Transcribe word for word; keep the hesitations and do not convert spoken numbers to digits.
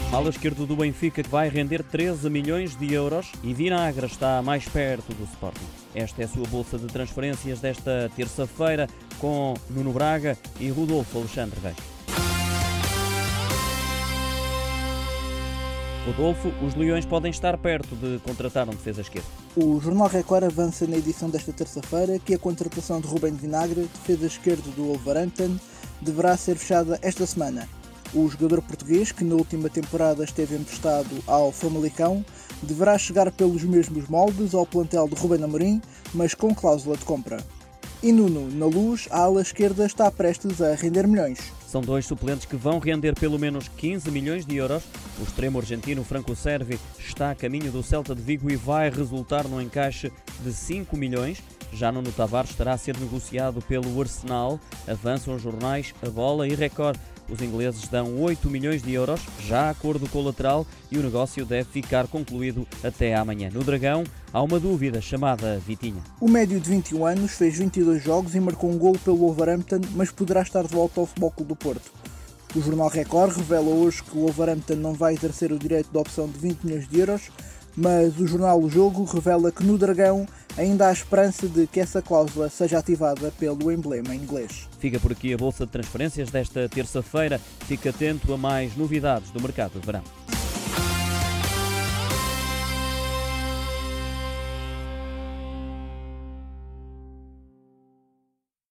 Ala esquerdo do Benfica, que vai render treze milhões de euros, e Vinagre está mais perto do Sporting. Esta é a sua bolsa de transferências desta terça-feira, com Nuno Braga e Rodolfo Alexandre Reis. Rodolfo, os Leões podem estar perto de contratar um defesa esquerdo. O Jornal Record avança na edição desta terça-feira que a contratação de Rubén Vinagre, defesa esquerdo do Wolverhampton, deverá ser fechada esta semana. O jogador português, que na última temporada esteve emprestado ao Famalicão, deverá chegar pelos mesmos moldes ao plantel de Rubén Amorim, mas com cláusula de compra. E Nuno, na Luz, a ala esquerda está prestes a render milhões. São dois suplentes que vão render pelo menos quinze milhões de euros. O extremo argentino Franco Servi está a caminho do Celta de Vigo e vai resultar no encaixe de cinco milhões. Já Nuno Tavares estará a ser negociado pelo Arsenal. Avançam os jornais A Bola e Record. Os ingleses dão oito milhões de euros, já a acordo com o lateral, e o negócio deve ficar concluído até amanhã. No Dragão, há uma dúvida chamada Vitinha. O médio de vinte e um anos fez vinte e dois jogos e marcou um golo pelo Wolverhampton, mas poderá estar de volta ao Futebol Clube do Porto. O Jornal Record revela hoje que o Wolverhampton não vai exercer o direito de opção de vinte milhões de euros, mas o jornal O Jogo revela que no Dragão ainda há esperança de que essa cláusula seja ativada pelo emblema inglês. Fica por aqui a bolsa de transferências desta terça-feira. Fique atento a mais novidades do mercado de verão.